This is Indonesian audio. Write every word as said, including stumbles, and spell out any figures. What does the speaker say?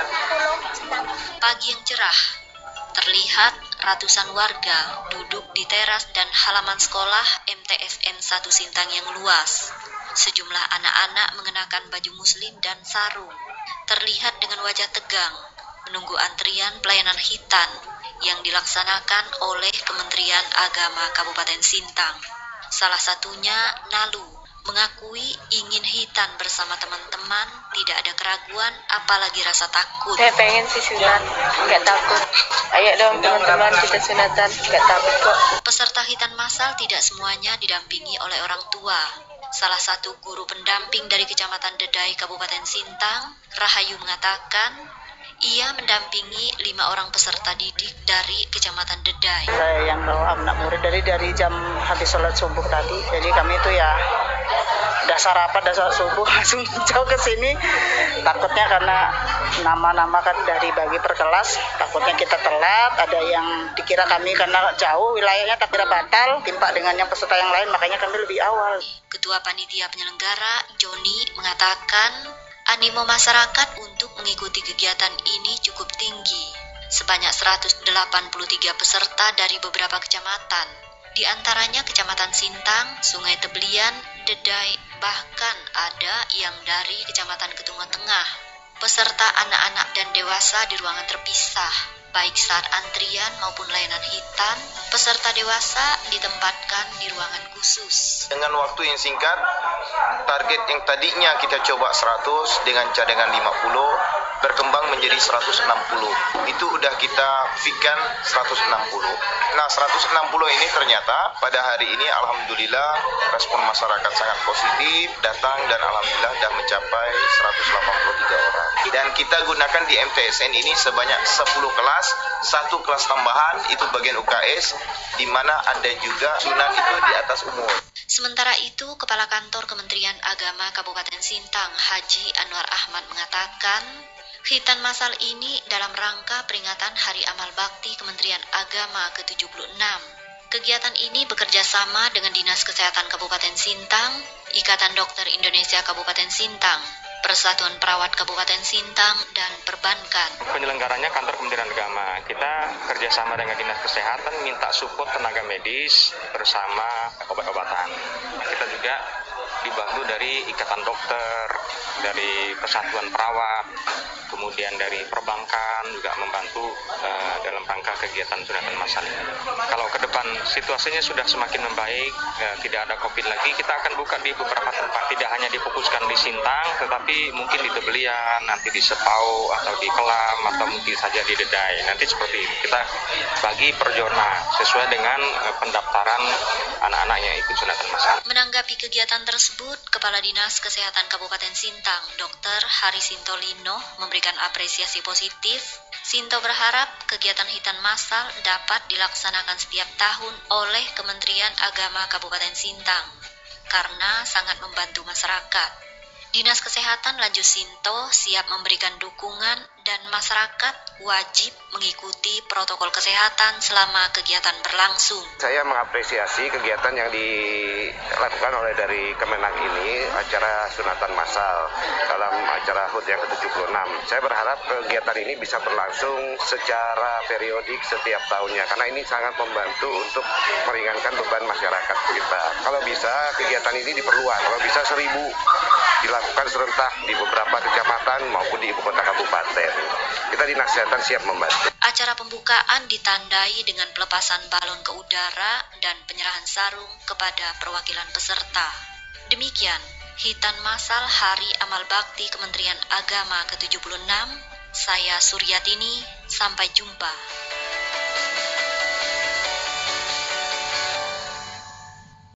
Pagi yang cerah, terlihat ratusan warga duduk di teras dan halaman sekolah M T S N satu Sintang yang luas. Sejumlah anak-anak mengenakan baju muslim dan sarung, terlihat dengan wajah tegang, menunggu antrian pelayanan hitan yang dilaksanakan oleh Kementerian Agama Kabupaten Sintang. Salah satunya Nalu, mengakui ingin hitan bersama teman-teman, tidak ada keraguan apalagi rasa takut. Saya pengen sih sunat, nggak takut. Ayo dong teman-teman kita sunatan, nggak takut kok. Peserta hitan massal tidak semuanya didampingi oleh orang tua. Salah satu guru pendamping dari Kecamatan Dedai Kabupaten Sintang, Rahayu, mengatakan ia mendampingi lima orang peserta didik dari Kecamatan Dedai. Saya yang bawa anak murid dari dari jam habis sholat subuh tadi. Jadi kami itu ya udah sarapan, udah sholat subuh langsung jauh ke sini. Takutnya karena nama-nama kan dari bagi per kelas, takutnya kita telat. Ada yang dikira kami karena jauh wilayahnya tak kira batal, timpa dengan yang peserta yang lain, makanya kami lebih awal. Ketua Panitia Penyelenggara, Joni, mengatakan animo masyarakat untuk mengikuti kegiatan ini cukup tinggi. Sebanyak seratus delapan puluh tiga peserta dari beberapa kecamatan. Di antaranya Kecamatan Sintang, Sungai Tebelian, Dedai, bahkan ada yang dari Kecamatan Ketungan Tengah. Peserta anak-anak dan dewasa di ruangan terpisah, baik saat antrian maupun layanan hitan. Peserta dewasa ditempatkan di ruangan khusus. Dengan waktu yang singkat, target yang tadinya kita coba seratus dengan cadangan lima puluh berkembang menjadi seratus enam puluh. Itu udah kita fikirkan seratus enam puluh. Nah, seratus enam puluh ini ternyata pada hari ini alhamdulillah respon masyarakat sangat positif, datang dan alhamdulillah sudah mencapai seratus delapan puluh tiga orang. Dan kita gunakan di M T S N ini sebanyak sepuluh kelas, satu kelas tambahan itu bagian U K S, di mana ada juga sunat itu di atas umur. Sementara itu, Kepala Kantor Kementerian Agama Kabupaten Sintang, Haji Anwar Ahmad, mengatakan hitan massal ini dalam rangka peringatan Hari Amal Bakti Kementerian Agama ke tujuh puluh enam. Kegiatan ini bekerja sama dengan Dinas Kesehatan Kabupaten Sintang, Ikatan Dokter Indonesia Kabupaten Sintang, Persatuan Perawat Kabupaten Sintang, dan Perbankan. Penyelenggaranya Kantor Kementerian Agama. Kita kerjasama dengan Dinas Kesehatan minta support tenaga medis bersama obat-obatan. Kita juga dibantu dari Ikatan Dokter, dari Persatuan Perawat, kemudian dari Perbankan juga membantu uh, dalam rangka kegiatan sunatan massal ini. Kalau ke depan situasinya sudah semakin membaik, uh, tidak ada COVID lagi, kita akan buka di beberapa tempat, tidak hanya difokuskan di Sintang, tetapi mungkin di Tebelian, nanti di Sepau atau di Kelam, atau mungkin saja di Dedai. Nanti seperti itu kita bagi per zona sesuai dengan uh, pendaftaran anak-anaknya ikut sunatan massal. Menanggapi kegiatan tersebut, Kepala Dinas Kesehatan Kabupaten Sintang, Dokter Harisinto Lino, memberikan apresiasi positif. Sinto berharap kegiatan hitan massal dapat dilaksanakan setiap tahun oleh Kementerian Agama Kabupaten Sintang karena sangat membantu masyarakat. Dinas Kesehatan lanjut Sinto siap memberikan dukungan dan masyarakat wajib mengikuti protokol kesehatan selama kegiatan berlangsung. Saya mengapresiasi kegiatan yang dilakukan oleh dari Kemenak ini, acara sunatan massal dalam acara H U T yang ke tujuh puluh enam. Saya berharap kegiatan ini bisa berlangsung secara periodik setiap tahunnya, karena ini sangat membantu untuk meringankan beban masyarakat kita. Kalau bisa kegiatan ini diperluas, kalau bisa seribu dilakukan serentak di beberapa kecamatan maupun di ibu kota kabupaten. Kita Dinas Kesehatan siap membantu. Acara pembukaan ditandai dengan pelepasan balon ke udara dan penyerahan sarung kepada perwakilan peserta. Demikian hitan massal Hari Amal Bakti Kementerian Agama ke tujuh puluh enam. Saya Suryatini, sampai jumpa.